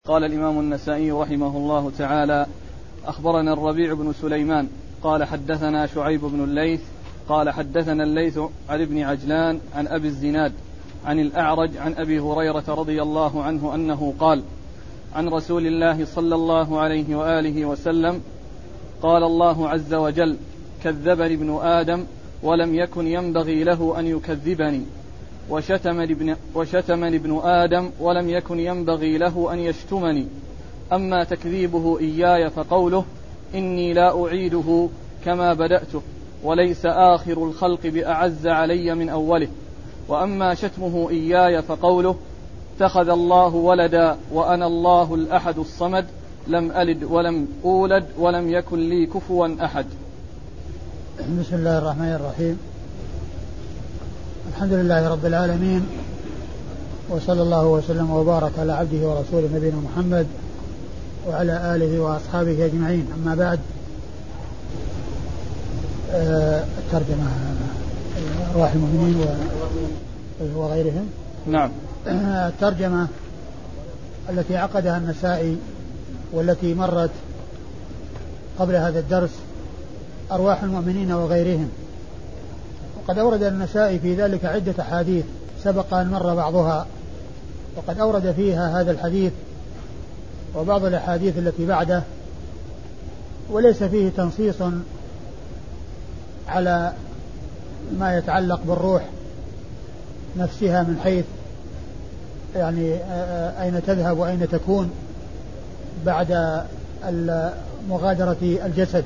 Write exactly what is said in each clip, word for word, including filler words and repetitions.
قال الإمام النسائي رحمه الله تعالى: أخبرنا الربيع بن سليمان قال حدثنا شعيب بن الليث قال حدثنا الليث عن ابن عجلان عن أبي الزناد عن الأعرج عن أبي هريرة رضي الله عنه أنه قال: عن رسول الله صلى الله عليه وآله وسلم قال الله عز وجل: كذبني ابن آدم ولم يكن ينبغي له أن يكذبني، وشتمني ابن, وشتمني ابن آدم ولم يكن ينبغي له أن يشتمني. أما تكذيبه إياي فقوله: إني لا أعيده كما بدأته، وليس آخر الخلق بأعز علي من أوله. وأما شتمه إياي فقوله: اتخذ الله ولدا وأنا الله الأحد الصمد، لم ألد ولم أولد ولم يكن لي كفوا أحد. بسم الله الرحمن الرحيم. الحمد لله رب العالمين، وصلى الله وسلم وبارك على عبده ورسوله نبينا محمد وعلى آله وأصحابه أجمعين. أما بعد، الترجمة أرواح المؤمنين وغيرهم. نعم. الترجمة التي عقدها النسائي والتي مرت قبل هذا الدرس أرواح المؤمنين وغيرهم. وقد أورد النسائي في ذلك عدة أحاديث سبق أن مر بعضها، وقد أورد فيها هذا الحديث وبعض الأحاديث التي بعده، وليس فيه تنصيص على ما يتعلق بالروح نفسها من حيث يعني أين تذهب وأين تكون بعد مغادرة الجسد.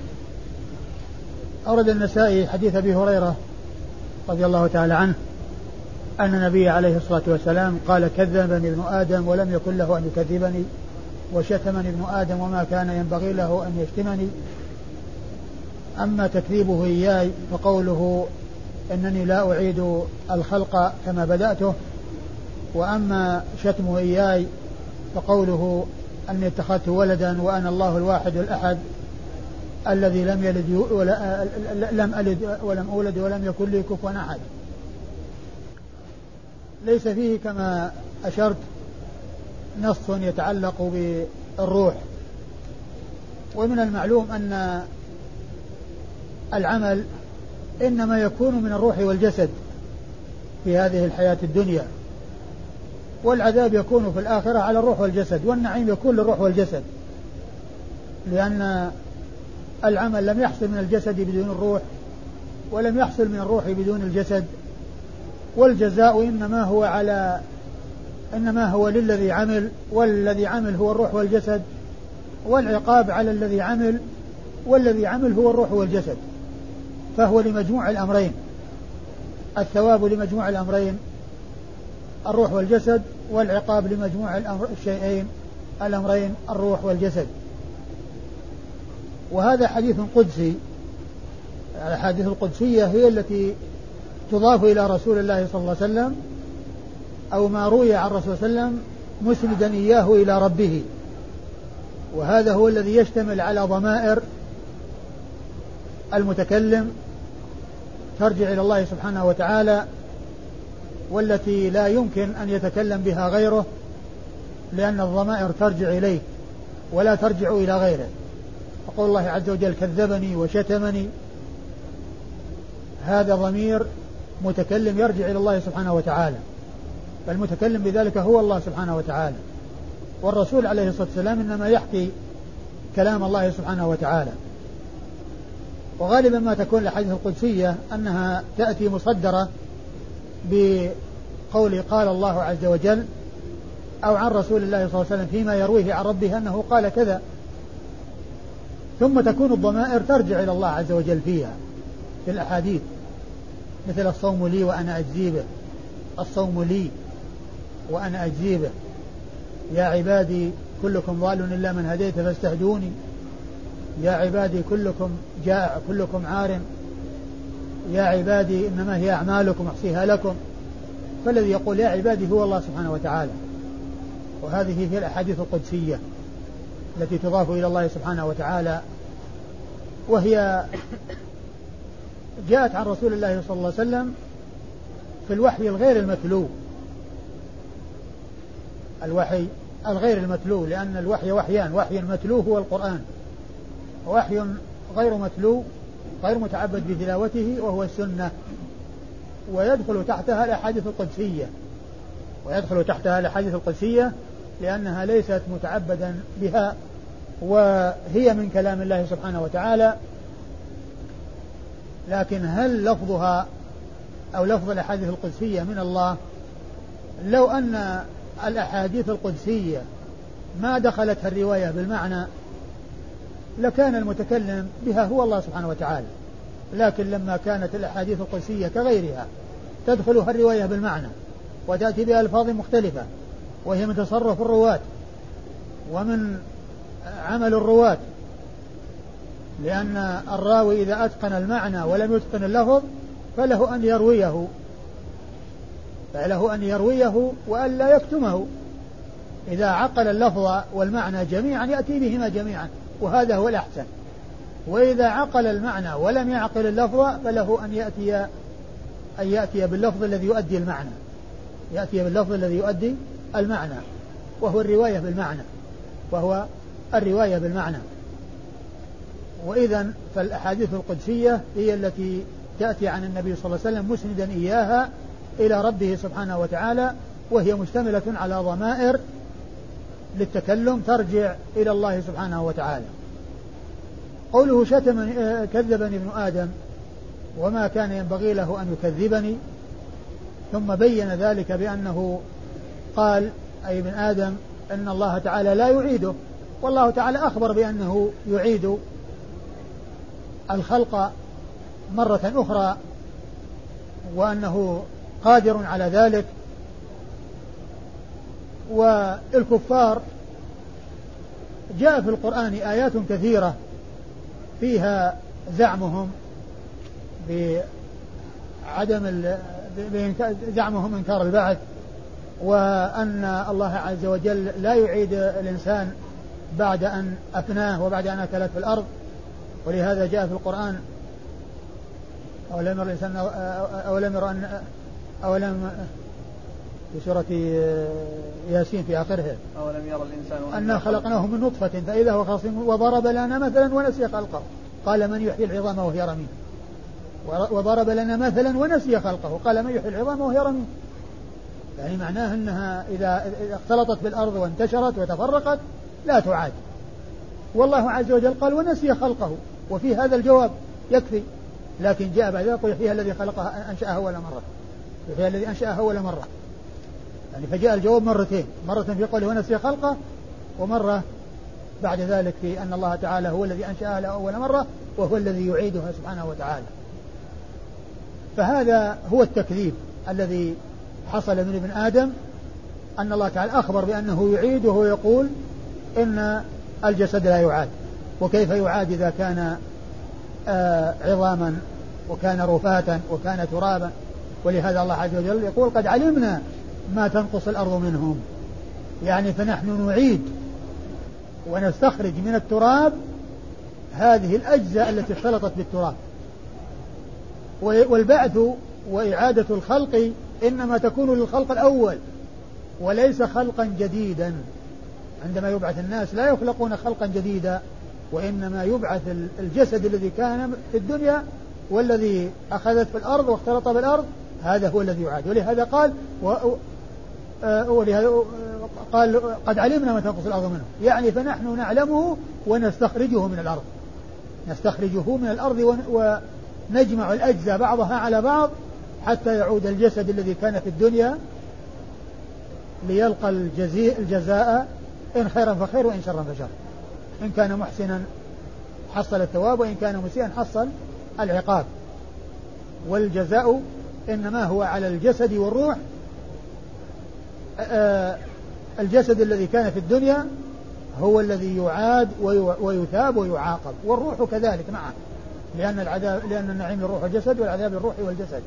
أورد النسائي حديث أبي هريرة رضي الله تعالى عنه أن النبي عليه الصلاة والسلام قال: كذبني ابن آدم ولم يكن له أن يكذبني، وشتمني ابن آدم وما كان ينبغي له أن يشتمني. أما تكذيبه إياي فقوله: إنني لا أعيد الخلق كما بدأته. وأما شتمه إياي فقوله: أني اتخذت ولدا وأنا الله الواحد الأحد الذي لم يلد ولا لم ألد ولم أولد ولم يكن لي كفوا أحد. ليس فيه كما أشرت نص يتعلق بالروح. ومن المعلوم أن العمل إنما يكون من الروح والجسد في هذه الحياة الدنيا، والعذاب يكون في الآخرة على الروح والجسد، والنعيم يكون للروح والجسد، لأن العمل لم يحصل من الجسد بدون الروح، ولم يحصل من الروح بدون الجسد. والجزاء إنما هو على إنما هو للذي عمل، والذي عمل هو الروح والجسد، والعقاب على الذي عمل، والذي عمل هو الروح والجسد. فهو لمجموع الأمرين، الثواب لمجموع الأمرين الروح والجسد، والعقاب لمجموع الأمر الشيئين الأمرين الروح والجسد. وهذا حديث قدسي. الحديث القدسية هي التي تضاف إلى رسول الله صلى الله عليه وسلم، أو ما روي عن رسول الله صلى الله عليه وسلم مسندا إياه إلى ربه. وهذا هو الذي يشتمل على ضمائر المتكلم ترجع إلى الله سبحانه وتعالى، والتي لا يمكن أن يتكلم بها غيره، لأن الضمائر ترجع إليه ولا ترجع إلى غيره. فقول الله عز وجل: كذبني وشتمني، هذا ضمير متكلم يرجع إلى الله سبحانه وتعالى، فالمتكلم بذلك هو الله سبحانه وتعالى. والرسول عليه الصلاة والسلام إنما يحكي كلام الله سبحانه وتعالى. وغالبا ما تكون الأحاديث القدسية أنها تأتي مصدرة بقول قال الله عز وجل، أو عن رسول الله صلى الله عليه وسلم فيما يرويه عن ربه أنه قال كذا، ثم تكون الضمائر ترجع إلى الله عز وجل فيها في الأحاديث، مثل الصوم لي وأنا أجزي به، الصوم لي وأنا أجزي به، يا عبادي كلكم ضال إلا من هديت فاستهدوني، يا عبادي كلكم جائع كلكم عار، يا عبادي إنما هي أعمالكم أحصيها لكم. فالذي يقول يا عبادي هو الله سبحانه وتعالى. وهذه هي الأحاديث القدسية التي تضاف إلى الله سبحانه وتعالى، وهي جاءت عن رسول الله صلى الله عليه وسلم في الوحي الغير المتلو، الوحي الغير المتلو، لأن الوحي وحيان، وحي متلو هو القرآن، ووحي غير متلو غير متعبد بتلاوته وهو السنة، ويدخل تحتها الأحاديث القدسية ويدخل تحتها الأحاديث القدسية لأنها ليست متعبدا بها، وهي من كلام الله سبحانه وتعالى. لكن هل لفظها أو لفظ الأحاديث القدسية من الله؟ لو أن الأحاديث القدسية ما دخلتها الرواية بالمعنى لكان المتكلم بها هو الله سبحانه وتعالى، لكن لما كانت الأحاديث القدسية كغيرها تدخلها الرواية بالمعنى وتأتي بألفاظ مختلفة، وهي من تصرف الرواة ومن عمل الرواة، لأن الراوي إذا أتقن المعنى ولم يتقن اللفظ فله أن يرويه فله أن يرويه وألا يكتمه. إذا عقل اللفظ والمعنى جميعا يأتي بهما جميعا، وهذا هو الأحسن. وإذا عقل المعنى ولم يعقل اللفظ فله أن يأتي أن يأتي باللفظ الذي يؤدي المعنى يأتي باللفظ الذي يؤدي المعنى وهو الرواية بالمعنى وهو الرواية بالمعنى. وإذا فالأحاديث القدسية هي التي تأتي عن النبي صلى الله عليه وسلم مسندا إياها إلى ربه سبحانه وتعالى، وهي مشتملة على ضمائر للتكلم ترجع إلى الله سبحانه وتعالى. قوله شتمني كذبني ابن آدم وما كان ينبغي له أن يكذبني، ثم بين ذلك بأنه قال أي ابن آدم أن الله تعالى لا يعيده، والله تعالى أخبر بأنه يعيد الخلق مرة أخرى وأنه قادر على ذلك. والكفار جاء في القرآن آيات كثيرة فيها زعمهم بعدم زعمهم إنكار البعث، وأن الله عز وجل لا يعيد الإنسان بعد أن أفناه وبعد أن أكلت في الأرض. ولهذا جاء في القرآن أولم يرى الإنسان أولم يرى أن أولم في سورة ياسين في آخرها أولم يرى الإنسان أنا خلقناه من نطفة فإذا هو خصيم وضرب لنا مثلا ونسي خلقه قال من يحيي العظام وهي رميم. وضرب لنا مثلا ونسي خلقه قال من يحيي العظام وهي رميم. يعني معناه أنها إذا اختلطت بالأرض وانتشرت وتفرقت لا تعاد. والله عز وجل قال ونسي خلقه، وفي هذا الجواب يكفي. لكن جاء بعد ذلك يحييها الذي خلقها أنشأها أول مرة يحييها الذي أنشأها أول مرة، يعني فجاء الجواب مرتين، مرة في قوله ونسي خلقه، ومرة بعد ذلك في أن الله تعالى هو الذي أنشأها لأول مرة وهو الذي يعيدها سبحانه وتعالى. فهذا هو التكذيب الذي حصل من ابن آدم، أن الله تعالى أخبر بأنه يعيد وهو يقول إن الجسد لا يعاد، وكيف يعاد إذا كان آه عظاما وكان رفاتا وكان ترابا. ولهذا الله عز وجل يقول قد علمنا ما تنقص الأرض منهم، يعني فنحن نعيد ونستخرج من التراب هذه الأجزاء التي اختلطت بالتراب. والبعث وإعادة الخلق إنما تكون للخلق الأول وليس خلقا جديدا. عندما يبعث الناس لا يخلقون خلقا جديدا، وإنما يبعث الجسد الذي كان في الدنيا والذي أخذت في الأرض واختلط بالأرض، هذا هو الذي يعاد. ولهذا قال و... ولهذا قال قد علمنا ما تنقص الأرض منه، يعني فنحن نعلمه ونستخرجه من الأرض نستخرجه من الأرض ونجمع الأجزاء بعضها على بعض حتى يعود الجسد الذي كان في الدنيا ليلقى الجزاء إن خيرا فخير وإن شرا فشر. إن كان محسنا حصل الثواب وإن كان مسيئا حصل العقاب. والجزاء إنما هو على الجسد والروح. الجسد الذي كان في الدنيا هو الذي يعاد ويثاب ويعاقب، والروح كذلك معه، لأن العذاب لأن النعيم للروح والجسد والعذاب للروح والجسد.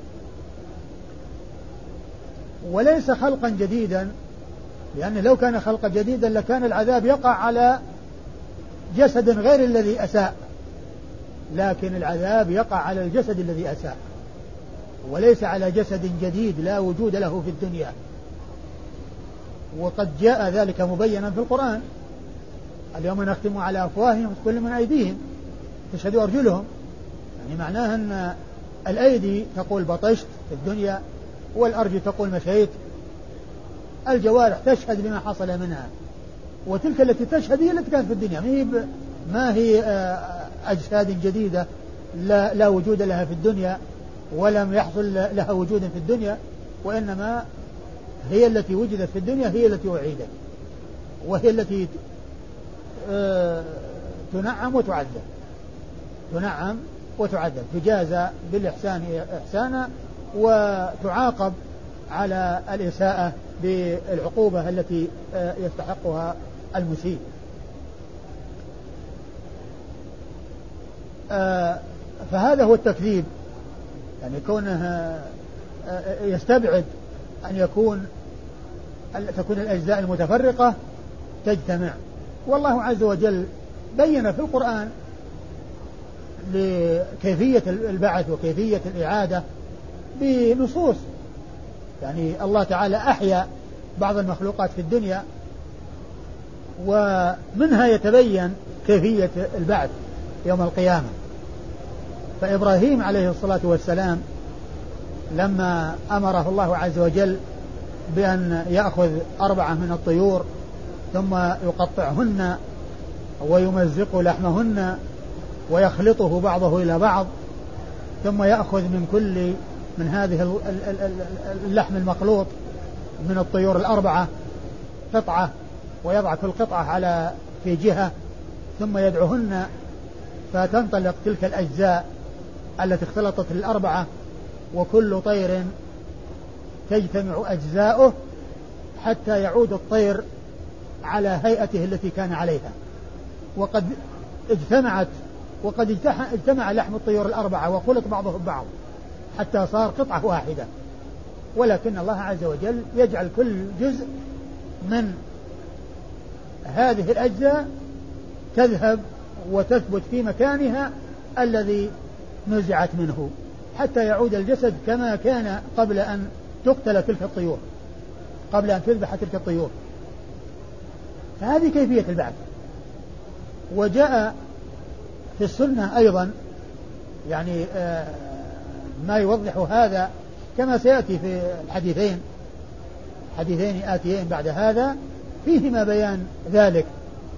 وليس خلقا جديدا، لأنه لو كان خلقا جديدا لكان العذاب يقع على جسد غير الذي أساء، لكن العذاب يقع على الجسد الذي أساء وليس على جسد جديد لا وجود له في الدنيا. وقد جاء ذلك مبينا في القرآن: اليوم نختم على أفواههم وتكلم من أيديهم تشهد أرجلهم. يعني معناها أن الأيدي تقول بطشت في الدنيا، والأرجل تقول مشيت. الجوارح تشهد بما حصل منها، وتلك التي تشهد هي التي كانت في الدنيا، ما هي, ما هي أجساد جديدة لا, لا وجود لها في الدنيا ولم يحصل لها وجود في الدنيا، وإنما هي التي وجدت في الدنيا هي التي أعيدت، وهي التي تنعم وتعذب تنعم وتعذب تجازى بالإحسان إحسانا، وتعاقب على الإساءة بالعقوبة التي يستحقها المسيء. فهذا هو التكذيب، يعني كونه يستبعد أن يكون تكون الأجزاء المتفرقة تجتمع. والله عز وجل بين في القرآن لكيفية البعث وكيفية الإعادة بنصوص، يعني الله تعالى أحيا بعض المخلوقات في الدنيا، ومنها يتبين كيفية البعث يوم القيامة. فإبراهيم عليه الصلاة والسلام لما أمره الله عز وجل بأن يأخذ أربعة من الطيور ثم يقطعهن ويمزق لحمهن ويخلطه بعضه إلى بعض، ثم يأخذ من كل من هذه اللحم المخلوط من الطيور الأربعة قطعة ويضع كل قطعة على في جهة، ثم يدعوهن فتنطلق تلك الأجزاء التي اختلطت الأربعة، وكل طير تجتمع أجزاؤه حتى يعود الطير على هيئته التي كان عليها. وقد اجتمعت وقد اجتمع لحم الطيور الأربعة وخلط بعضه ببعض حتى صار قطعة واحدة، ولكن الله عز وجل يجعل كل جزء من هذه الأجزاء تذهب وتثبت في مكانها الذي نزعت منه حتى يعود الجسد كما كان قبل أن تقتل تلك الطيور، قبل أن تذبح تلك الطيور. فهذه كيفية البعث. وجاء في السنة أيضا يعني ما يوضح هذا كما سيأتي في الحديثين حديثين آتيين بعد هذا فيهما بيان ذلك.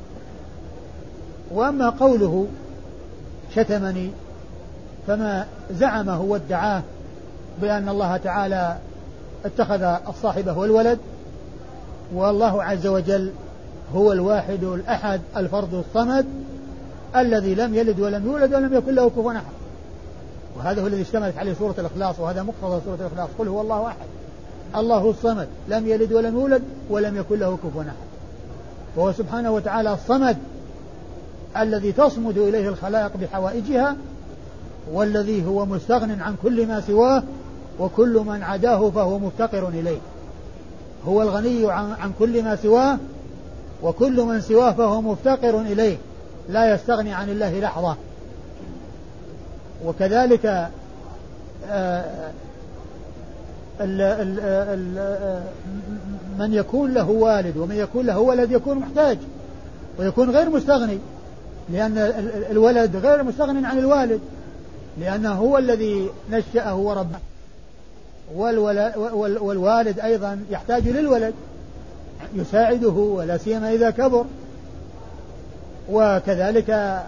وأما قوله شتمني فما زعمه وادعاه بأن الله تعالى اتخذ الصاحبة والولد، والله عز وجل هو الواحد الأحد الفرد الصمد الذي لم يلد ولم يولد ولم يكن له كفوا أحد. وهذا هو الذي اشتملت عليه سورة الإخلاص، وهذا مقتضى سورة الإخلاص: قل هو الله أحد الله الصمد لم يلد ولم يولد ولم يكن له كفوا أحد. وهو سبحانه وتعالى الصمد الذي تصمد إليه الخلائق بحوائجها، والذي هو مستغن عن كل ما سواه، وكل من عداه فهو مفتقر إليه. هو الغني عن, عن كل ما سواه، وكل من سواه فهو مفتقر إليه، لا يستغني عن الله لحظة. وكذلك آآ ال ال ال من يكون له والد ومن يكون له ولد يكون محتاج ويكون غير مستغني، لأن الولد غير مستغن عن الوالد، لأنه هو الذي نشأه وربه، والوالد أيضا يحتاج للولد يساعده ولا سيما إذا كبر. وكذلك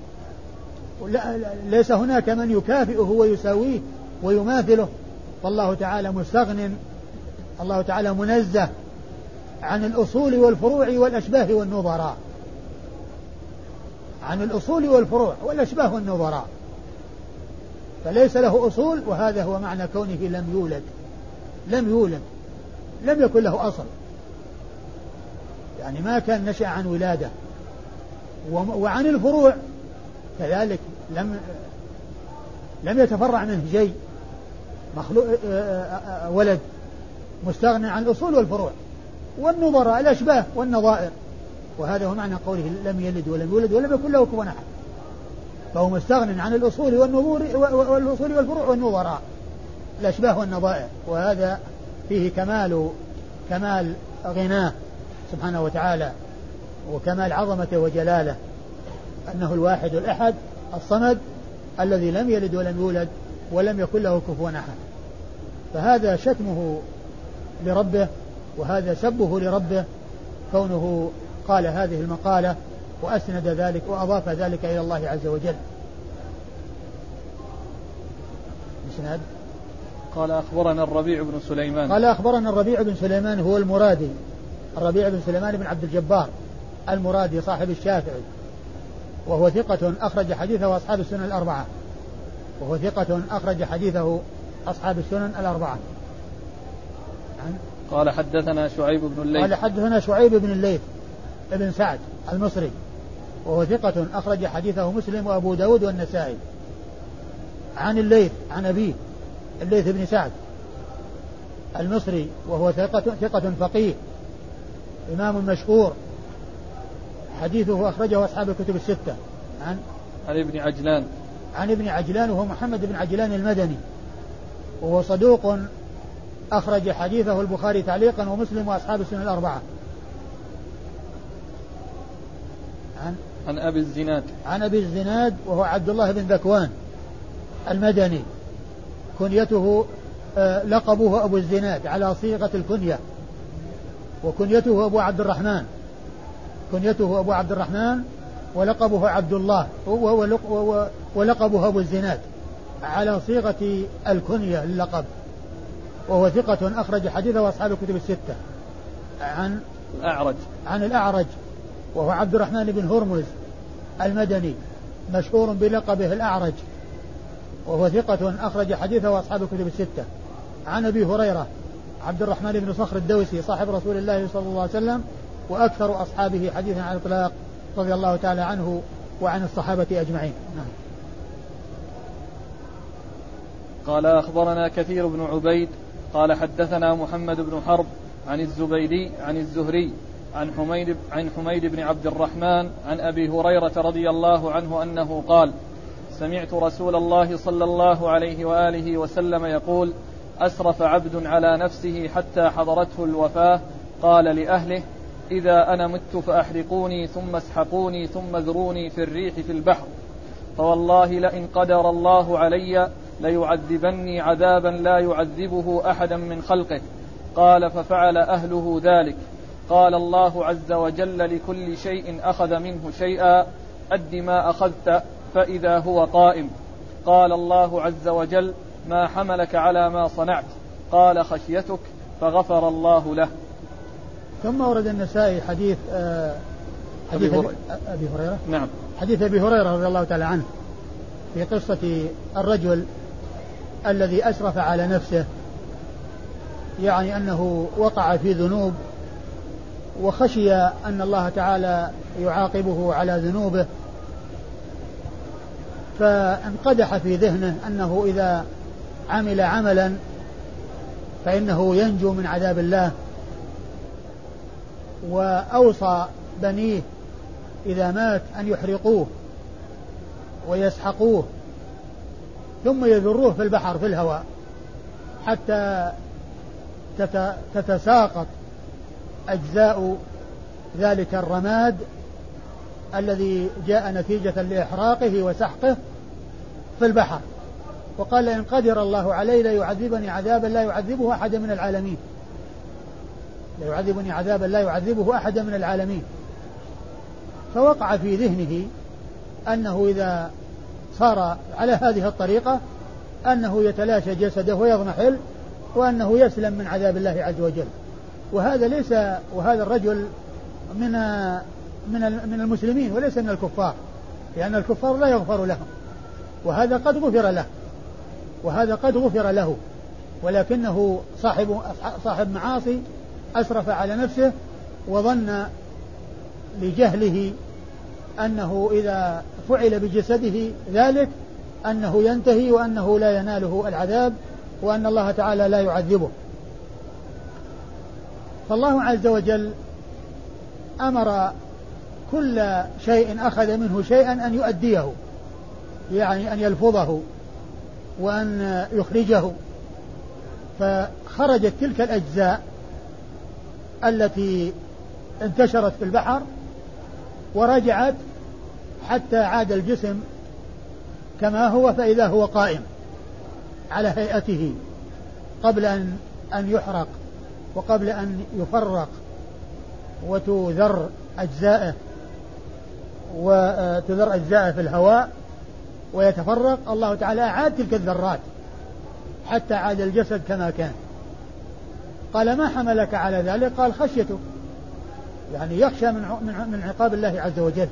ليس هناك من يكافئه ويساويه ويماثله، فالله تعالى مستغن، الله تعالى منزه عن الأصول والفروع والأشباه والنظراء، عن الأصول والفروع والأشباه والنظراء، فليس له أصول. وهذا هو معنى كونه لم يولد لم يولد لم يكن له أصل، يعني ما كان نشأ عن ولادة. وعن الفروع كذلك لم لم يتفرع منه شيء، مخلوق ولد مستغنى عن الأصول والفروع والنظراء الأشباه والنظائر. وهذا هو معنى قوله لم يلد ولم يولد ولم يكن له كفوا أحد، فهو مستغنى عن الأصول والنظور والأصول والفروع والنظراء الأشباه والنظائر. وهذا فيه كمال كمال غناه سبحانه وتعالى وكمال عظمته وجلاله، أنه الواحد الأحد الصمد الذي لم يلد ولم يولد ولم يكن له كفوا أحد. فهذا شتمه لربه وهذا سبه لربه، كونه قال هذه المقالة وأسند ذلك وأضاف ذلك إلى الله عز وجل. مسند. قال أخبرنا الربيع بن سليمان قال أخبرنا الربيع بن سليمان هو المرادي، الربيع بن سليمان بن عبد الجبار المرادي صاحب الشافعي، وهو ثقة أخرج حديثه أصحاب السنن الأربعة، وهو ثقة أخرج حديثه أصحاب السنن الأربعة. قال حدثنا شعيب بن الليث قال حدثنا شعيب بن الليث ابن سعد المصري، وهو ثقة أخرج حديثه مسلم وأبو داود والنسائي. عن الليث عن أبيه الليث بن سعد المصري، وهو ثقة, ثقة فقيه إمام مشهور، حديثه أخرجه أصحاب الكتب الستة. عن عن ابن عجلان عن ابن عجلان وهو محمد بن عجلان المدني، وهو صدوق أخرج حديثه البخاري تعليقا ومسلم وأصحاب السنن الأربعة. عن عن أبي الزناد عن أبي الزناد وهو عبد الله بن ذكوان المدني، كنيته آه لقبه أبو الزناد على صيغة الكنية، وكنيته أبو عبد الرحمن، كنيته أبو عبد الرحمن ولقبه عبد الله، ولقبه أبو الزناد على صيغة الكنية اللقب، وهو ثقة أخرج حديثه أصحاب الكتب الستة. عن الأعرج عن الأعرج وهو عبد الرحمن بن هرمز المدني، مشهور بلقبه الأعرج، وهو ثقة أخرج حديثه أصحاب الكتب الستة. عن أبي هريرة عبد الرحمن بن صخر الدوسي صاحب رسول الله صلى الله عليه وسلم، وأكثر أصحابه حديثا عن الإطلاق رضي الله تعالى عنه وعن الصحابة أجمعين. نعم. قال أخبرنا كثير بن عبيد قال حدثنا محمد بن حرب عن الزبيدي عن الزهري عن حميد, عن حميد بن عبد الرحمن عن أبي هريرة رضي الله عنه أنه قال: سمعت رسول الله صلى الله عليه وآله وسلم يقول: أسرف عبد على نفسه حتى حضرته الوفاة، قال لأهله: إذا أنا مت فأحرقوني ثم اسحقوني ثم ذروني في الريح في البحر، فوالله لئن قدر الله علي ليعذبني عذابا لا يعذبه أحدا من خلقه. قال: ففعل أهله ذلك. قال الله عز وجل: لكل شيء أخذ منه شيئا، أد ما أخذت، فإذا هو قائم. قال الله عز وجل: ما حملك على ما صنعت؟ قال: خشيتك، فغفر الله له. ثم ورد النسائي حديث آه حديث أبي, أبي هريرة نعم حديث أبي هريرة رضي الله تعالى عنه في قصة الرجل الذي أسرف على نفسه، يعني أنه وقع في ذنوب وخشي أن الله تعالى يعاقبه على ذنوبه، فانقدح في ذهنه أنه إذا عمل عملا فإنه ينجو من عذاب الله، وأوصى بنيه إذا مات أن يحرقوه ويسحقوه ثم يذروه في البحر في الهواء حتى تتساقط أجزاء ذلك الرماد الذي جاء نتيجة لإحراقه وسحقه في البحر. وقال: إن قدر الله علي لا يعذبني عذابا لا يعذبه أحد من العالمين، لا يعذبني عذابا لا يعذبه أحد من العالمين. فوقع في ذهنه أنه إذا صار على هذه الطريقة أنه يتلاشى جسده ويضمحل، وأنه يسلم من عذاب الله عز وجل. وهذا ليس وهذا الرجل من من من المسلمين وليس من الكفار، لأن الكفار لا يغفر لهم، وهذا قد غفر له وهذا قد غفر له ولكنه صاحب صاحب معاصي أسرف على نفسه، وظن لجهله أنه إذا فعل بجسده ذلك أنه ينتهي وأنه لا يناله العذاب وأن الله تعالى لا يعذبه. فالله عز وجل أمر كل شيء أخذ منه شيئا أن يؤديه، يعني أن يلفظه وأن يخرجه، فخرجت تلك الأجزاء التي انتشرت في البحر ورجعت حتى عاد الجسم كما هو، فإذا هو قائم على هيئته قبل أن أن يحرق وقبل أن يفرق وتذر أجزائه وتذر أجزائه في الهواء ويتفرق. الله تعالى أعاد تلك الذرات حتى عاد الجسد كما كان. قال ما حملك على ذلك؟ قال خشيته، يعني يخشى من من عقاب الله عز وجل،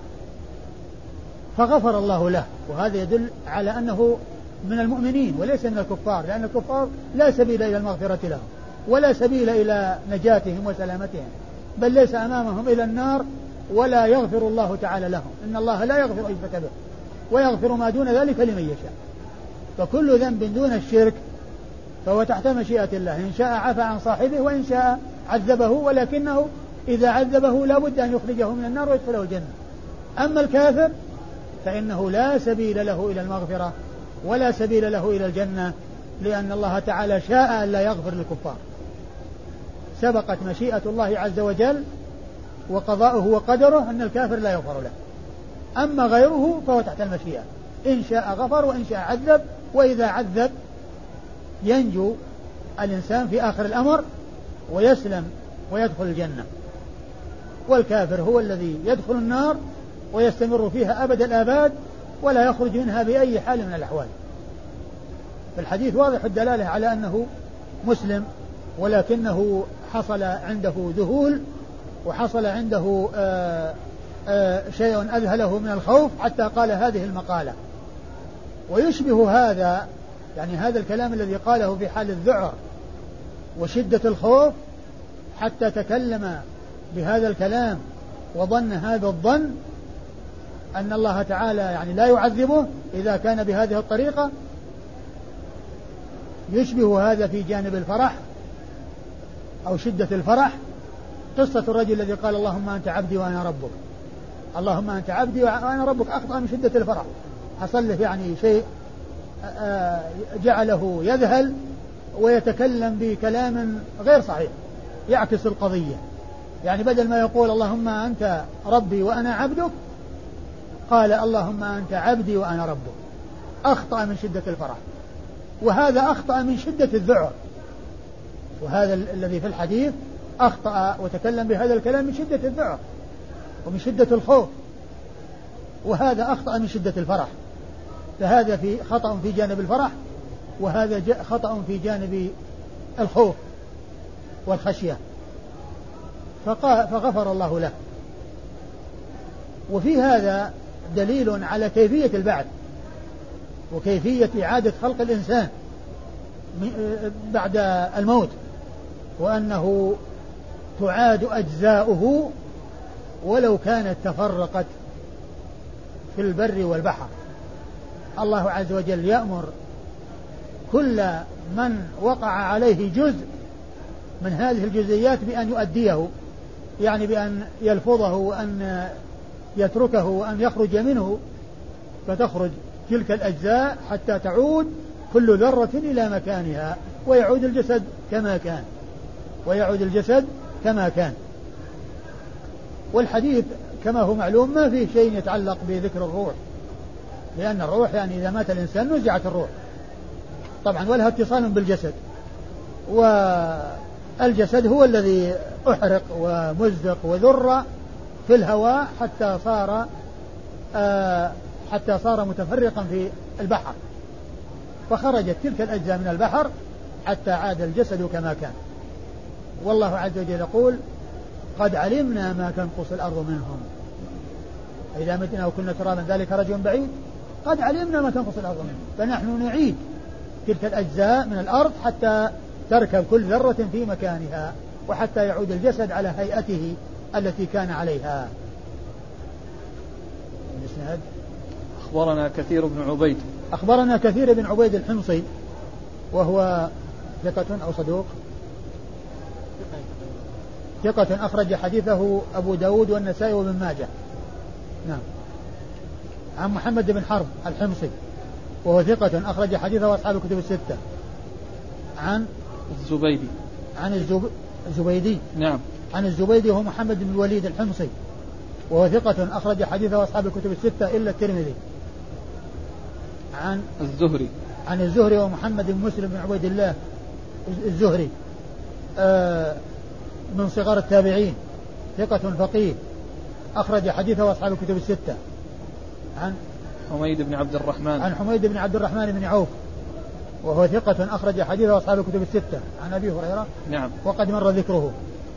فغفر الله له. وهذا يدل على أنه من المؤمنين وليس من الكفار، لأن الكفار لا سبيل إلى المغفرة لهم ولا سبيل إلى نجاتهم وسلامتهم، بل ليس أمامهم إلى النار ولا يغفر الله تعالى لهم. إن الله لا يغفر أن يشرك به ويغفر ما دون ذلك لمن يشاء. فكل ذنب دون الشرك فهو تحت مشيئة الله، إن شاء عفى عن صاحبه وإن شاء عذبه، ولكنه إذا عذبه لا بد أن يخرجه من النار ويدخله الجنة. أما الكافر فإنه لا سبيل له إلى المغفرة ولا سبيل له إلى الجنة، لأن الله تعالى شاء أن لا يغفر للكفار. سبقت مشيئة الله عز وجل وقضاؤه وقدره أن الكافر لا يغفر له، أما غيره فهو تحت المشيئة، إن شاء غفر وإن شاء عذب، وإذا عذب ينجو الإنسان في آخر الأمر ويسلم ويدخل الجنة. والكافر هو الذي يدخل النار ويستمر فيها أبد الآباد ولا يخرج منها بأي حال من الأحوال. فالحديث واضح الدلالة على أنه مسلم، ولكنه حصل عنده ذهول وحصل عنده آآ آآ شيء أذهله من الخوف حتى قال هذه المقالة. ويشبه هذا يعني هذا الكلام الذي قاله في حال الذعر وشدة الخوف حتى تكلم بهذا الكلام وظن هذا الظن أن الله تعالى يعني لا يعذبه إذا كان بهذه الطريقة. يشبه هذا في جانب الفرح أو شدة الفرح قصة الرجل الذي قال اللهم أنت عبدي وأنا ربك، اللهم أنت عبدي وأنا ربك، أخطأ من شدة الفرح، حصل له يعني شيء جعله يذهل ويتكلم بكلام غير صحيح يعكس القضية. يعني بدل ما يقول اللهم أنت ربي وأنا عبدك قال اللهم أنت عبدي وأنا ربك، أخطأ من شدة الفرح، وهذا أخطأ من شدة الذعر. وهذا الذي في الحديث أخطأ وتكلم بهذا الكلام من شدة الذعر ومن شدة الخوف، وهذا أخطأ من شدة الفرح. فهذا في خطأ في جانب الفرح، وهذا خطأ في جانب الخوف والخشية، فغفر الله له. وفي هذا دليل على كيفية البعث وكيفية إعادة خلق الإنسان بعد الموت، وأنه تعاد أجزاؤه ولو كانت تفرقت في البر والبحر. الله عز وجل يأمر كل من وقع عليه جزء من هذه الجزئيات بأن يؤديه، يعني بأن يلفظه وأن يتركه وأن يخرج منه، فتخرج تلك الأجزاء حتى تعود كل ذرة إلى مكانها ويعود الجسد كما كان ويعود الجسد كما كان. والحديث كما هو معلوم ما فيه شيء يتعلق بذكر الروح، لأن الروح يعني إذا مات الإنسان نزعت الروح طبعا، ولها اتصال بالجسد، والجسد هو الذي أحرق ومزق وذر في الهواء حتى صار آه حتى صار متفرقا في البحر، فخرجت تلك الأجزاء من البحر حتى عاد الجسد كما كان. والله عز وجل يقول قد علمنا ما تنقص الأرض منهم، إذا متنا وكنا ترابا ذلك رجل بعيد، قد علمنا ما تنقص الأرض منهم، فنحن نعيد تلك الأجزاء من الأرض حتى تركب كل ذرة في مكانها وحتى يعود الجسد على هيئته التي كان عليها. الإسناد أخبرنا كثير بن عبيد أخبرنا كثير بن عبيد الحمصي وهو ثقة أو صدوق؟ ثقة أخرج حديثه أبو داود والنسائي وابن ماجه. نعم. عن محمد بن حرب الحمصي وهو ثقة أخرج حديثه أصحاب الكتب الستة. عن الزبيدي عن الزب... الزبيدي. نعم. عن الزبيدي هو محمد بن الوليد الحمصي وهو ثقة أخرج حديثه أصحاب الكتب الستة إلا الترمذي. عن الزهري. عن الزهري ومحمد بن مسلم بن عبيد الله الزهري آه من صغار التابعين ثقة فقيه أخرج حديثه أصحاب الكتب الستة. عن حميد بن عبد الرحمن. عن حميد بن عبد الرحمن بن عوف وهو ثقة أخرج حديثه أصحاب الكتب الستة. عن أبي هريرة. نعم. وقد مر ذكره.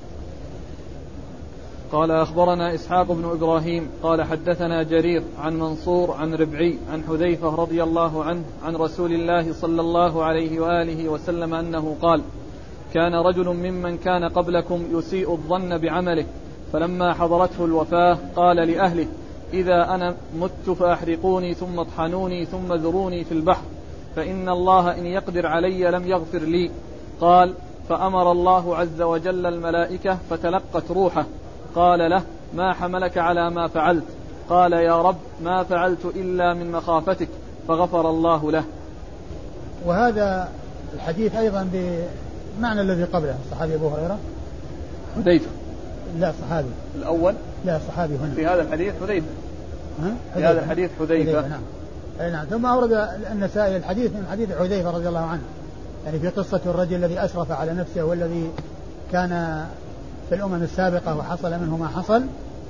قال أخبرنا إسحاق بن إبراهيم قال حدثنا جرير عن منصور عن ربعي عن حذيفة رضي الله عنه عن رسول الله صلى الله عليه وآله وسلم أنه قال: كان رجل ممن كان قبلكم يسيء الظن بعمله، فلما حضرته الوفاة قال لأهله: إذا أنا مت فأحرقوني ثم اطحنوني ثم ذروني في البحر، فإن الله إن يقدر علي لم يغفر لي. قال: فأمر الله عز وجل الملائكة فتلقت روحه. قال له: ما حملك على ما فعلت؟ قال: يا رب ما فعلت إلا من مخافتك، فغفر الله له. وهذا الحديث أيضا بمعنى الذي قبله. الصحابي أبو هريرة حذيفة. لا صحابي الأول. لا صحابي هنا في هذا الحديث حذيفة. ها؟ في هذا الحديث حذيفة. حذيفة. نعم. أي نعم. ثم أورد النسائي الحديث من حديث حذيفة رضي الله عنه، يعني في قصة الرجل الذي أسرف على نفسه والذي كان في الأمم السابقة وحصل منه ما حصل،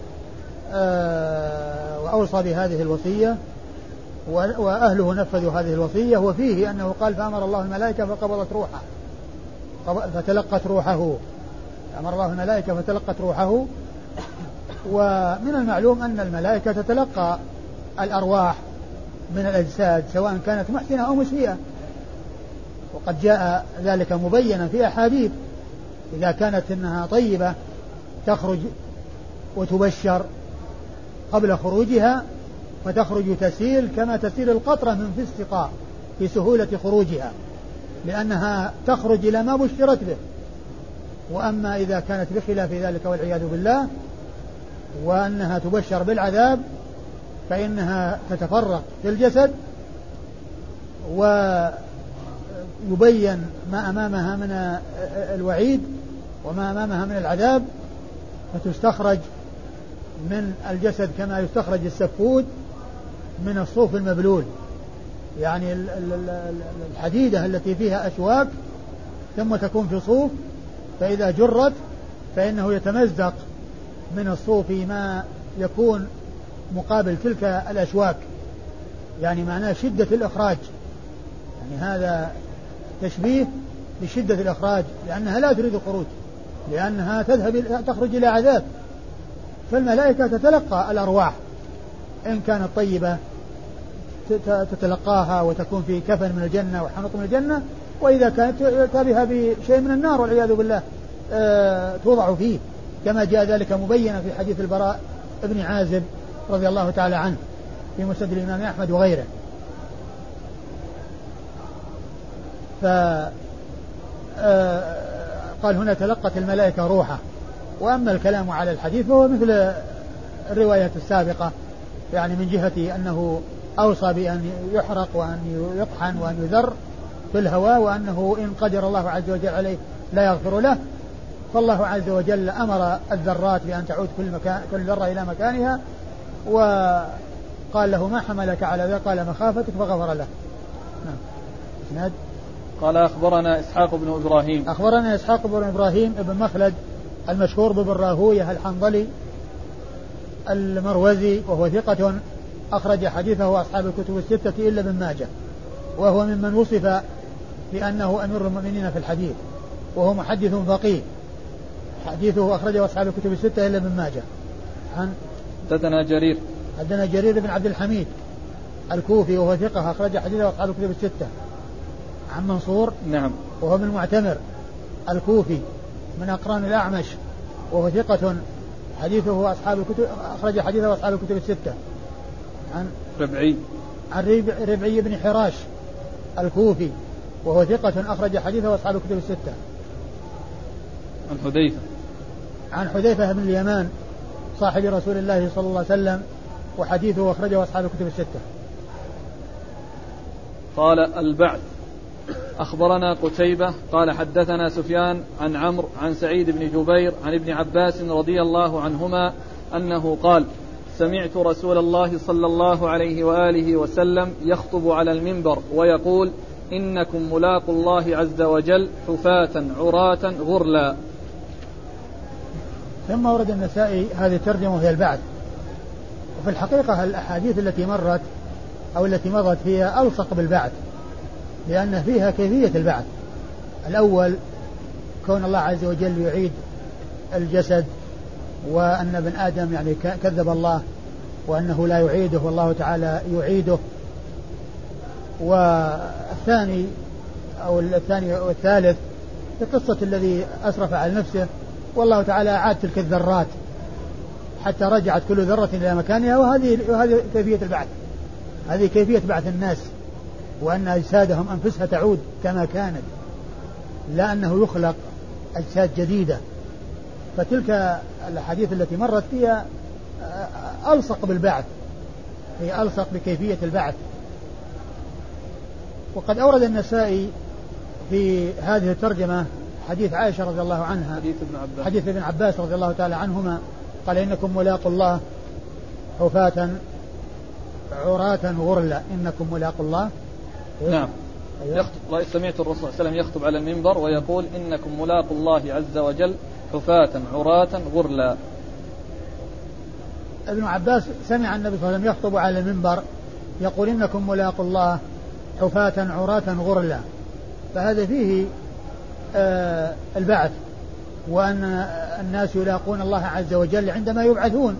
آه وأوصى بهذه الوصية وأهله نفذوا هذه الوصية. وفيه أنه قال: فأمر الله الملائكة فقبضت روحه فتلقت روحه أمر الله الملائكة فتلقت روحه. ومن المعلوم أن الملائكة تتلقى الأرواح من الأجساد سواء كانت محسنة أو مسيئة، وقد جاء ذلك مبينا في أحاديث. إذا كانت إنها طيبة تخرج وتبشر قبل خروجها فتخرج تسيل كما تسيل القطرة من في السقاء في سهولة خروجها، لأنها تخرج إلى ما بشرت به. وأما إذا كانت بخلاف ذلك والعياذ بالله وأنها تبشر بالعذاب فإنها تتفرق في الجسد ويبين ما أمامها من الوعيد وما أمامها من العذاب، فتستخرج من الجسد كما يستخرج السفود من الصوف المبلول، يعني الحديدة التي فيها أشواك ثم تكون في صوف، فإذا جرت فإنه يتمزق من الصوف ما يكون مقابل تلك الأشواك، يعني معناه شدة الإخراج. يعني هذا تشبيه لشدة الإخراج، لأنها لا تريد الخروج، لأنها تذهب تخرج إلى عذاب. فالملائكة تتلقى الأرواح إن كانت طيبة تتلقاها وتكون في كفن من الجنة وحنط من الجنة، وإذا كانت تابها بشيء من النار والعياذ بالله أه توضع فيه، كما جاء ذلك مبينا في حديث البراء ابن عازب رضي الله تعالى عنه في مسند الإمام أحمد وغيره. فقال هنا تلقت الملائكة روحه. وأما الكلام على الحديث فهو مثل الرواية السابقة، يعني من جهة أنه أوصى بأن يحرق وأن يطحن وأن يذر في الهواء، وأنه إن قدر الله عز وجل عليه لا يغفر له، فالله عز وجل أمر الذرات بأن تعود كل, مكان كل ذرة إلى مكانها، وقال له: ما حملك على ذا؟ قال: مخافتك، فغفر له. نعم. قال: أخبرنا إسحاق بن إبراهيم. أخبرنا إسحاق بن إبراهيم ابن مخلد المشهور بابن راهويه الحنظلي المروزي، وهو ثقة أخرج حديثه أصحاب الكتب الستة إلا ابن ماجه، وهو ممن وصف بأنه أمير المؤمنين في الحديث، وهو محدث فقيه، حديثه أخرجه أصحاب الكتب الستة إلا ابن ماجه. عن حدثنا جرير حدثنا جرير بن عبد الحميد الكوفي وهو ثقة أخرج حديثه أصحاب الكتب الستة. عن منصور. نعم. وهو ابن المعتمر الكوفي من أقران الأعمش، وهو ثقة حديثه أصحاب الكتب أخرج حديثه أصحاب الكتب الستة. عن ربعي عن ربعي بن حراش الكوفي، وهو ثقة أخرج حديثه أصحاب الكتب الستة. عن حذيفة عن حذيفة بن اليمان صاحب رسول الله صلى الله عليه وسلم، وحديثه أخرجه أصحاب الكتب الستة. قال: البعث. أخبرنا قتيبة قال حدثنا سفيان عن عمرو عن سعيد بن جبير عن ابن عباس رضي الله عنهما أنه قال سمعت رسول الله صلى الله عليه وآله وسلم يخطب على المنبر ويقول إنكم ملاقوا الله عز وجل حفاة عراة غرلا. ثم ورد النسائي هذه الترجمة وهي البعث. وفي الحقيقة الأحاديث التي مرت أو التي مضت فيها ألصق بالبعث، لأن فيها كيفية البعث. الأول كون الله عز وجل يعيد الجسد، وأن ابن آدم يعني كذب الله وأنه لا يعيده والله تعالى يعيده. والثاني أو الثاني والثالث في قصة الذي أسرف على نفسه والله تعالى أعاد تلك الذرات حتى رجعت كل ذرة إلى مكانها. وهذه وهذه كيفية البعث، هذه كيفية بعث الناس، وأن أجسادهم أنفسها تعود كما كانت، لا أنه يخلق أجساد جديدة. فتلك الأحاديث التي مرت فيها ألصق بالبعث، هي ألصق بكيفية البعث. وقد أورد النسائي في هذه الترجمة حديث عائشة رضي الله عنها، حديث ابن عباس, حديث ابن عباس رضي الله تعالى عنهما قال إنكم ملاقوا الله حفاة عراة غرلا. إنكم ملاقوا الله. نعم. أيوة. يخطب سمعت الرسول صلى الله عليه وسلم يخطب على المنبر ويقول إنكم ملاقوا الله عز وجل حفاة عراة غرلا. ابن عباس سمع النبي صلى الله عليه وسلم يخطب على المنبر يقول إنكم ملاقوا الله حفاة عراة غرلا. فهذا فيه آه البعث، وأن الناس يلاقون الله عز وجل عندما يبعثون،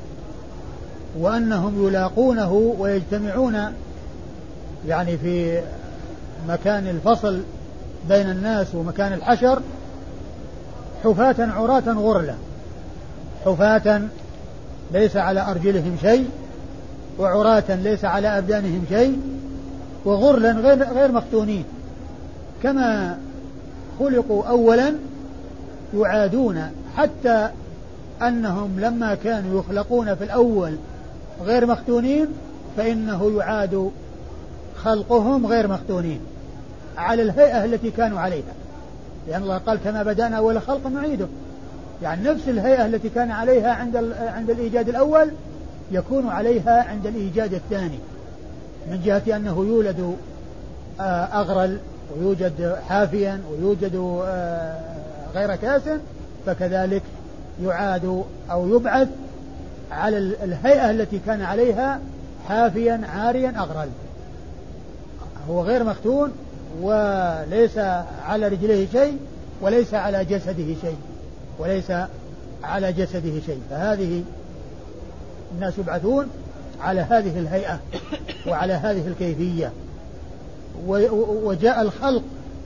وأنهم يلاقونه ويجتمعون يعني في مكان الفصل بين الناس ومكان الحشر حفاة عراة غرلا. حفاة ليس على أرجلهم شيء، وعراة ليس على أبدانهم شيء، وغرلا غير, غير مختونين، كما خلقوا أولا يعادون، حتى أنهم لما كانوا يخلقون في الأول غير مختونين فإنه يعاد خلقهم غير مختونين على الهيئة التي كانوا عليها، لأن الله قال كما بدأنا أول خلق نعيده. يعني نفس الهيئة التي كان عليها عند عند الإيجاد الأول يكون عليها عند الإيجاد الثاني، من جهة أنه يولد أغرل ويوجد حافيا ويوجد غير كاس، فكذلك يعاد أو يبعث على الهيئة التي كان عليها حافيا عاريا أغرل. هو غير مختون وليس على رجليه شيء وليس على جسده شيء وليس على جسده شيء. فهذه الناس يبعثون على هذه الهيئة وعلى هذه الكيفية. وجاء الخلق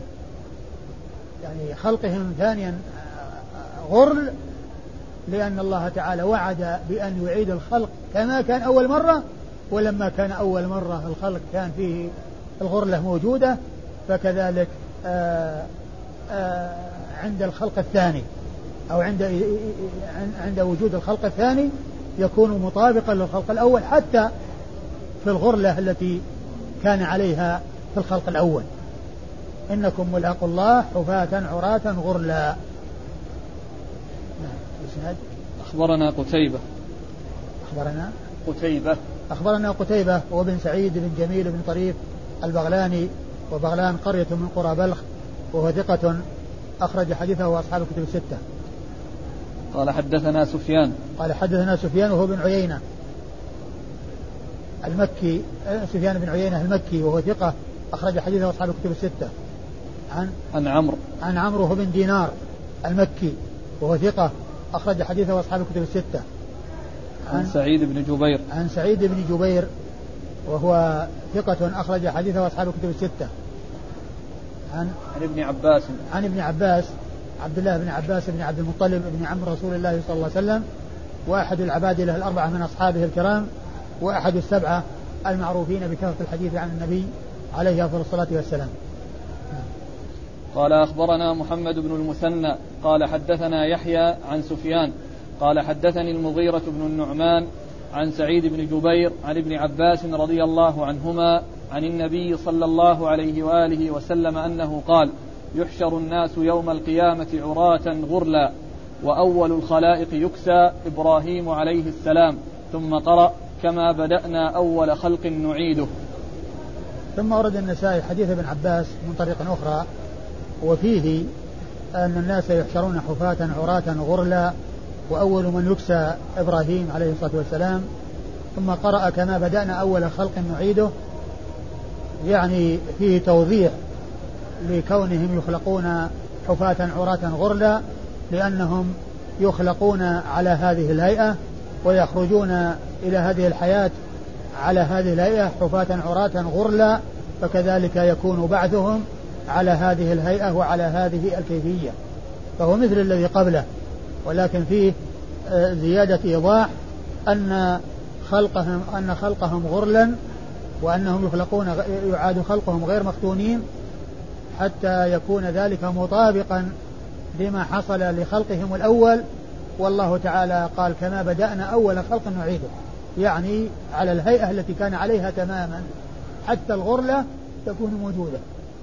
يعني خلقهم ثانيا غرل، لأن الله تعالى وعد بأن يعيد الخلق كما كان أول مرة، ولما كان أول مرة الخلق كان فيه الغرلة موجودة، فكذلك آآ آآ عند الخلق الثاني أو عند عند وجود الخلق الثاني يكون مطابقا للخلق الأول حتى في الغرلة التي كان عليها في الخلق الأول. إنكم ملاقوا الله حفاة عراة غرلا. أخبرنا قتيبة أخبرنا قتيبة أخبرنا قتيبة وابن سعيد بن جميل بن طريف البغلاني، وبغلان قرية من قرى بلخ، وهو ثقة أخرج حديثه أصحاب الكتب الستة. قال حدثنا سفيان قال حدثنا سفيان وهو بن عيينة المكي، سفيان بن عيينة المكي وهو ثقة أخرج حديثه أصحاب الكتب الستة. عن عن عمرو عن عمرو وهو بن دينار المكي وهو ثقة أخرج حديثه أصحاب الكتب الستة. عن, عن سعيد بن جبير عن سعيد بن جبير وهو ثقة أخرج حديثه أصحاب الكتب الستة. عن عن ابن عباس عن ابن عباس عبد الله بن عباس بن عبد المطلب بن عم رسول الله صلى الله عليه وسلم، وأحد العبادلة الأربعة من أصحابه الكرام، وأحد السبعة المعروفين بكثرة الحديث عن النبي عليه أفضل الصلاة والسلام. قال أخبرنا محمد بن المثنى قال حدثنا يحيى عن سفيان قال حدثني المغيرة بن النعمان عن سعيد بن جبير عن ابن عباس رضي الله عنهما عن النبي صلى الله عليه وآله وسلم أنه قال: يحشر الناس يوم القيامة عراة غرلا، وأول الخلائق يكسى إبراهيم عليه السلام، ثم قرأ: كما بدأنا أول خلق نعيده. ثم ورد النسائي حديث ابن عباس من طريق أخرى، وفيه أن الناس يحشرون حفاة عراة غرلا، وأول من يكسى إبراهيم عليه الصلاة والسلام، ثم قرأ: كما بدأنا أول خلق نعيده، يعني فيه توضيح لكونهم يخلقون حفاة عراة غرلا، لأنهم يخلقون على هذه الهيئة ويخرجون إلى هذه الحياة على هذه الهيئة حفاة عراة غرلا، فكذلك يكون بعثهم على هذه الهيئة وعلى هذه الكيفية، فهو مثل الذي قبله، ولكن فيه زيادة إيضاح أن خلقهم أن خلقهم غرلا، وأنهم يخلقون يعاد خلقهم غير مختونين، حتى يكون ذلك مطابقا لما حصل لخلقهم الأول. والله تعالى قال: كما بدأنا أول خلق نعيده، يعني على الهيئة التي كان عليها تماما، حتى الغرلة تكون موجودة.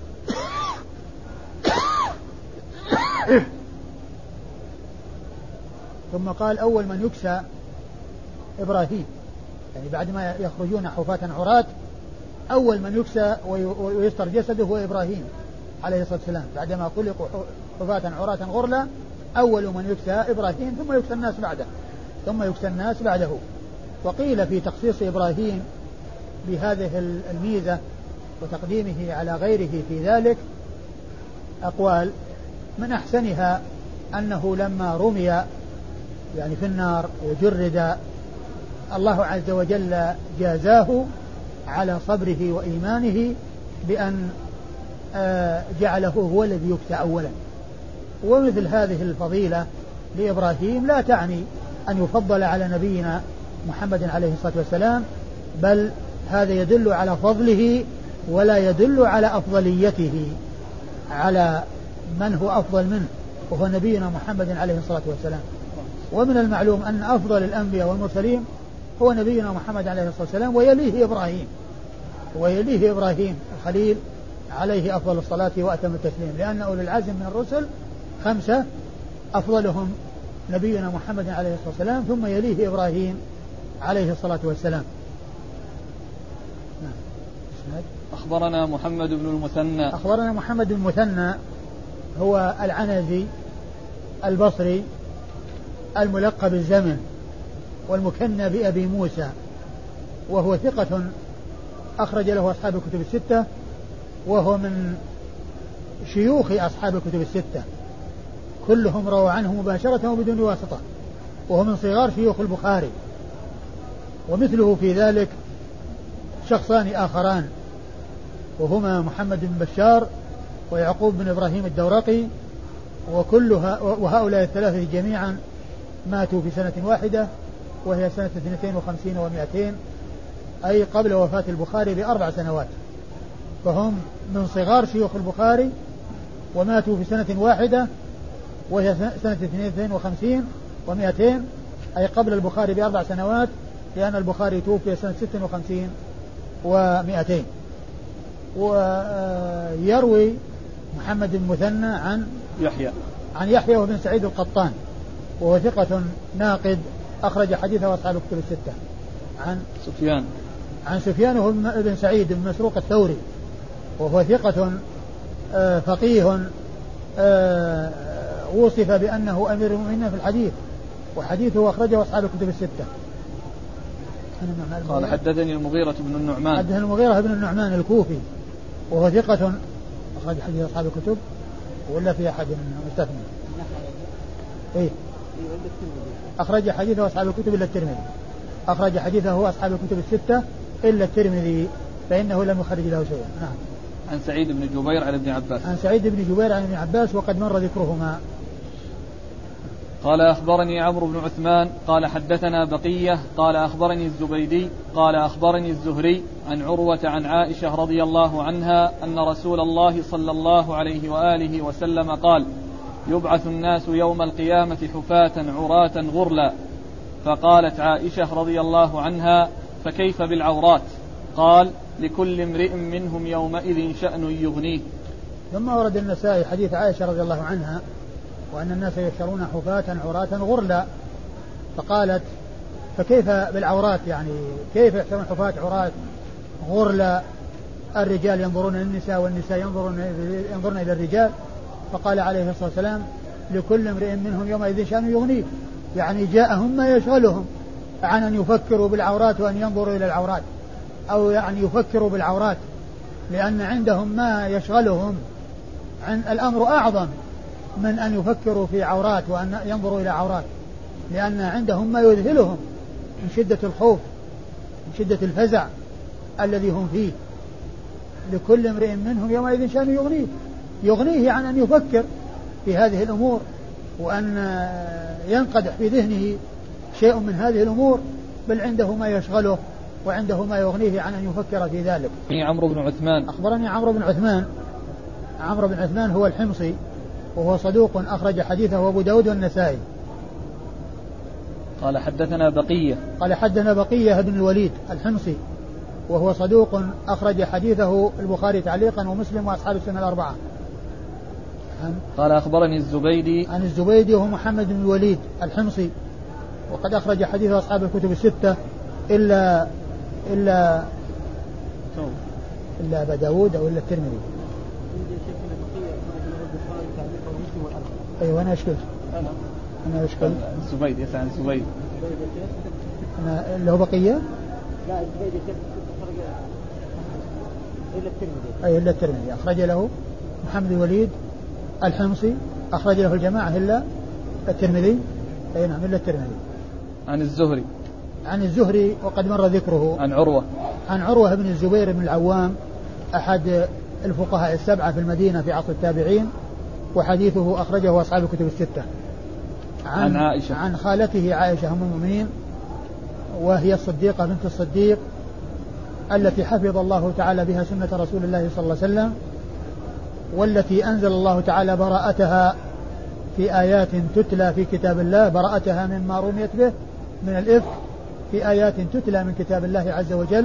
ثم قال: أول من يكسى إبراهيم، يعني بعد ما يخرجون حفاة عراة أول من يكسى ويستر جسده هو إبراهيم عليه الصلاة والسلام، بعدما خلقوا حفاة عراة غرلا أول من يكسى إبراهيم، ثم يكسى الناس بعده ثم يكسى الناس بعده. وقيل في تخصيص إبراهيم بهذه الميزة وتقديمه على غيره في ذلك أقوال، من أحسنها أنه لما رمي يعني في النار وجرد، الله عز وجل جازاه على صبره وإيمانه بأن جعله هو الذي يكسى أولا. ومثل هذه الفضيلة لإبراهيم لا تعني أن يفضل على نبينا محمد عليه الصلاة والسلام، بل هذا يدل على فضله ولا يدل على أفضليته على من هو أفضل منه، وهو نبينا محمد عليه الصلاة والسلام. ومن المعلوم أن أفضل الأنبياء والمرسلين هو نبينا محمد عليه الصلاة والسلام، ويليه إبراهيم ويليه إبراهيم الخليل عليه أفضل الصلاة وأتم التسليم، لأن أولي العزم من الرسل خمسة، أفضلهم نبينا محمد عليه الصلاة والسلام، ثم يليه إبراهيم عليه الصلاة والسلام. أخبرنا محمد بن المثنى أخبرنا محمد بن المثنى هو العنزي البصري الملقب الزمن والمكنى بأبي موسى، وهو ثقة أخرج له أصحاب الكتب الستة، وهو من شيوخ أصحاب الكتب الستة، كلهم رووا عنه مباشرة وبدون واسطة، وهو من صغار شيوخ البخاري. ومثله في ذلك شخصان آخران، وهما محمد بن بشار ويعقوب بن إبراهيم الدورقي، وكلها وهؤلاء الثلاثة جميعا ماتوا في سنة واحدة، وهي سنة اثنتين وخمسين ومائتين، أي قبل وفاة البخاري بأربع سنوات، فهم من صغار شيوخ البخاري وماتوا في سنة واحدة، وهي سنة اثنتين وخمسين ومائتين، أي قبل البخاري بأربع سنوات، لأن البخاري توفي سنة ست وخمسين ومائتين. ويروي محمد بن المثنى عن يحيى عن يحيى وابن سعيد القطان، وهو ثقة ناقد أخرج حديثه أصحاب الكتب الستة. عن سفيان عن سفيان بن سعيد بن مسروق الثوري، وهو ثقة فقيه وصف بأنه أمير المؤمنين في الحديث، وحديثه أخرجه أصحاب الكتب الستة. قال: حدثني المغيرة بن النعمان حدثني المغيرة بن النعمان الكوفي، وهو ثقة أخرج حديث أصحاب الكتب، ولا في أحد مستثنى؟ إيه؟ أخرج حديثه أصحاب الكتب إلا الترمذي، أخرج حديثه أصحاب الكتب الستة إلا الترمذي، فإنه لم يخرج له شيئا. نعم. عن سعيد بن جبير عن ابن عباس عن سعيد بن جبير عن ابن عباس، وقد مر ذكرهما. قال: أخبرني عمرو بن عثمان قال حدثنا بقية قال أخبرني الزبيدي قال أخبرني الزهري عن عروة عن عائشة رضي الله عنها أن رسول الله صلى الله عليه وآله وسلم قال: يبعث الناس يوم القيامة حفاة عراة غرلا. فقالت عائشة رضي الله عنها: فكيف بالعورات؟ قال لكل امرئ منهم يومئذ شأن يغنيه. ثم ورد النسائي حديث عائشة رضي الله عنها وأن الناس يحشرون حفاة عراة غرلا، فقالت فكيف بالعورات، يعني كيف يحشرون حفاة عراة غرلا، الرجال ينظرون للنساء والنساء ينظرون ينظرون إلى الرجال. فقال عليه الصلاة والسلام لكل امرئ منهم يومئذ شأن يغنيه، يعني جاءهم ما يشغلهم عن أن يفكروا بالعورات وأن ينظروا إلى العورات، أو يعني يفكروا بالعورات، لأن عندهم ما يشغلهم عن الأمر أعظم من أن يفكروا في عورات وأن ينظروا إلى عورات، لأن عندهم ما يذهلهم من شدة الخوف من شدة الفزع الذي هم فيه. لكل امرئ منهم يومئذ شأن يغنيه، يغنيه عن أن يفكر في هذه الأمور وأن ينقدح في ذهنه شيء من هذه الأمور، بل عنده ما يشغله وعنده ما يغنيه عن أن يفكر في ذلك. عمرو بن عثمان أخبرني عمرو بن عثمان عمرو بن عثمان هو الحمصي وهو صدوق أخرج حديثه أبو داود والنسائي. قال حدثنا بقية قال حدثنا بقية بن الوليد الحمصي وهو صدوق أخرج حديثه البخاري تعليقا ومسلم وأصحاب السنة الأربعة. قال أخبرني الزبيدي عن الزبيدي وهو محمد بن الوليد الحمصي وقد أخرج حديثه أصحاب الكتب الستة إلا إلا إلا أبا داود أو إلا الترمذي. أيوة أنا أشكل أنا أنا أشكل الزبيدي يسأل الزبيدي أنا اللي هو بقية لا الزبيدي خرج إلا الترمذي. أي إلا الترمذي أخرج له محمد الوليد الحمصي أخرج له الجماعة إلا الترمذي. أي نعم إلا الترمذي. عن الزهري عن الزهري وقد مر ذكره. عن عروة عن عروة بن الزبير بن العوام أحد الفقهاء السبعة في المدينة في عصر التابعين وحديثه أخرجه أصحاب الكتب الستة. عن, عن عائشة عن خالته عائشة أم المؤمنين وهي الصديقة بنت الصديق التي حفظ الله تعالى بها سنة رسول الله صلى الله عليه وسلم، والتي أنزل الله تعالى براءتها في آيات تتلى في كتاب الله، براءتها مما رميت به من الإفك في آيات تتلى من كتاب الله عز وجل.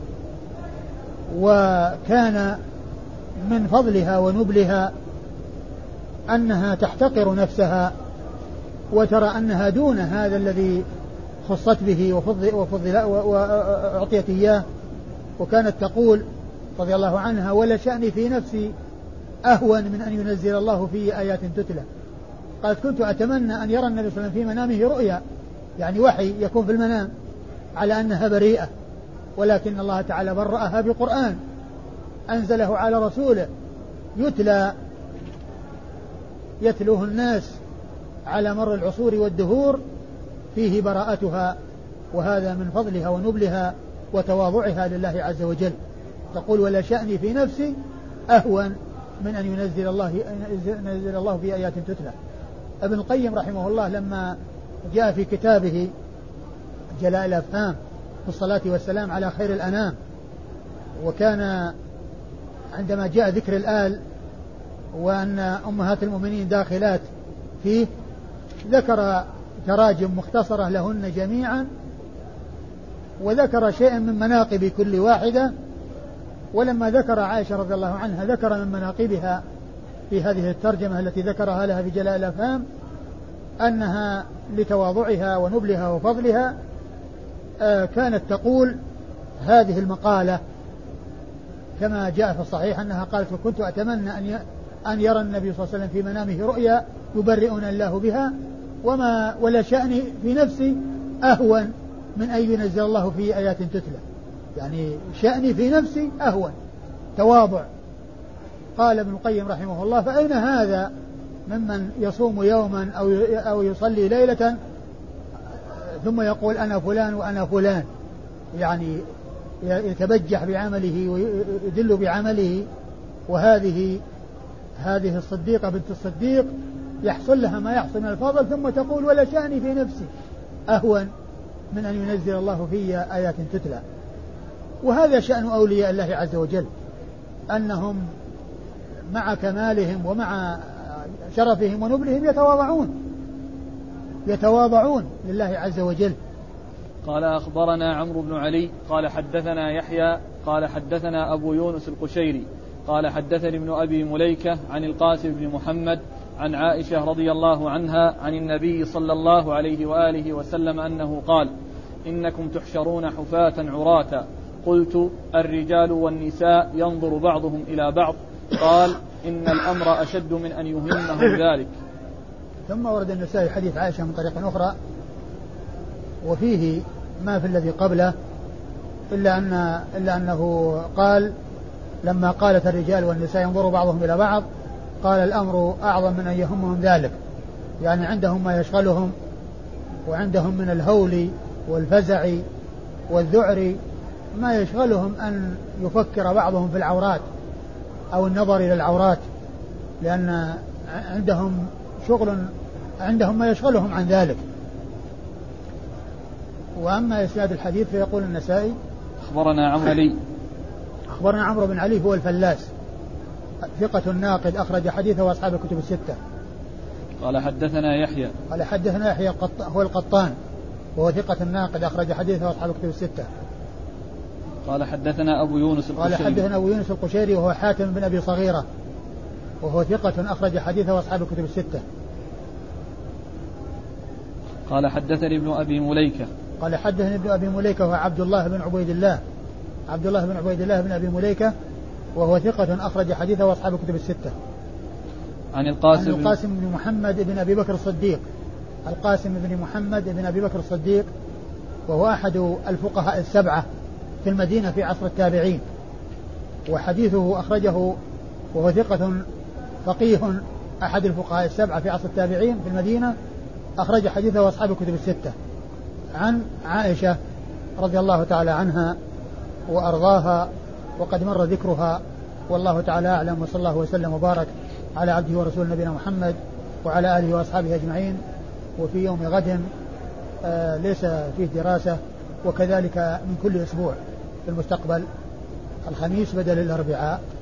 وكان من فضلها ونبلها أنها تحتقر نفسها وترى أنها دون هذا الذي خصت به وفضل وفضل وأعطيت إياه، وكانت تقول رضي الله عنها ولا شأني في نفسي أهون من أن ينزل الله في آيات تتلى. قالت كنت أتمنى أن يرى النبي صلى الله عليه وسلم في منامه رؤيا، يعني وحي يكون في المنام على أنها بريئة، ولكن الله تعالى برأها بقرآن أنزله على رسوله يتلى يتلوه الناس على مر العصور والدهور، فيه براءتها، وهذا من فضلها ونبلها وتواضعها لله عز وجل. تقول ولا شأني في نفسي أهون من أن ينزل الله, ينزل الله في آيات تتلى. ابن القيم رحمه الله لما جاء في كتابه جلاء الأفهام في الصلاة والسلام على خير الأنام، وكان عندما جاء ذكر الآل وأن أمهات المؤمنين داخلات فيه ذكر تراجم مختصرة لهن جميعا، وذكر شيئا من مناقب كل واحدة. ولما ذكر عائشة رضي الله عنها ذكر من مناقبها في هذه الترجمة التي ذكرها لها في جلاء الأفهام أنها لتواضعها ونبلها وفضلها آه كانت تقول هذه المقالة كما جاء في الصحيح أنها قالت وكنت أتمنى أن أن يرى النبي صلى الله عليه وسلم في منامه رؤيا يبرئنا الله بها، وما ولا شأني في نفسي أهون من أن ينزل الله في آيات تتلى، يعني شأني في نفسي أهون، تواضع. قال ابن القيم رحمه الله فأين هذا ممن يصوم يوما أو أو يصلي ليلة ثم يقول أنا فلان وأنا فلان، يعني يتبجح بعمله ويدل بعمله، وهذه هذه الصديقة بنت الصديق يحصل لها ما يحصل من الفضل ثم تقول ولا شأني في نفسي أهون من أن ينزل الله في آيات تتلى. وهذا شأن أولياء الله عز وجل، أنهم مع كمالهم ومع شرفهم ونبلهم يتواضعون يتواضعون لله عز وجل. قال أخبرنا عمرو بن علي قال حدثنا يحيى قال حدثنا أبو يونس القشيري قال حدثني ابن أبي مليكة عن القاسم بن محمد عن عائشة رضي الله عنها عن النبي صلى الله عليه وآله وسلم أنه قال إنكم تحشرون حفاة عراة. قلت الرجال والنساء ينظر بعضهم إلى بعض. قال إن الأمر أشد من أن يهمهم ذلك. ثم ورد النسائي حديث عائشة من طريق أخرى وفيه ما في الذي قبله إلا, أن إلا أنه قال لما قالت الرجال والنساء ينظر بعضهم إلى بعض قال الأمر أعظم من أن يهمهم ذلك، يعني عندهم ما يشغلهم وعندهم من الهول والفزع والذعر ما يشغلهم أن يفكر بعضهم في العورات أو النظر إلى العورات، لأن عندهم شغل عندهم ما يشغلهم عن ذلك. وأما إسناد الحديث فيقول النسائي أخبرنا عمرو علي أخبرنا عمرو بن علي هو الفلاس ثقة ناقد أخرج حديثه وأصحاب الكتب الستة. قال حدثنا يحيى قال حدثنا يحيى هو القطان وهو ثقة ناقد أخرج حديثه وأصحاب الكتب الستة. قال حدثنا أبو يونس القشيري قال حدثنا أبو يونس القشيري وهو حاتم بن أبي صغيرة وهو ثقة أخرج حديثه وأصحاب الكتب الستة. قال حدثني ابن أبي مليكة قال حدثني ابن أبي مليكة وهو عبد الله بن عبيد الله عبد الله بن عبيد الله بن أبي مليكة وهو ثقة أخرج حديثه وأصحاب الكتب الستة. عن القاسم, عن القاسم بن محمد بن أبي بكر الصديق القاسم بن محمد بن أبي بكر الصديق وهو أحد الفقهاء السبعة في المدينة في عصر التابعين، وحديثه أخرجه وهو ثقة فقيه أحد الفقهاء السبعة في عصر التابعين في المدينة أخرج حديثه وأصحاب الكتب الستة. عن عائشة رضي الله تعالى عنها وأرضاها وقد مر ذكرها والله تعالى أعلم، وصلى الله وسلم وبارك على عبده ورسول نبينا محمد وعلى آله وأصحابه أجمعين. وفي يوم غد آه ليس فيه دراسة، وكذلك من كل أسبوع في المستقبل الخميس بدل الأربعاء.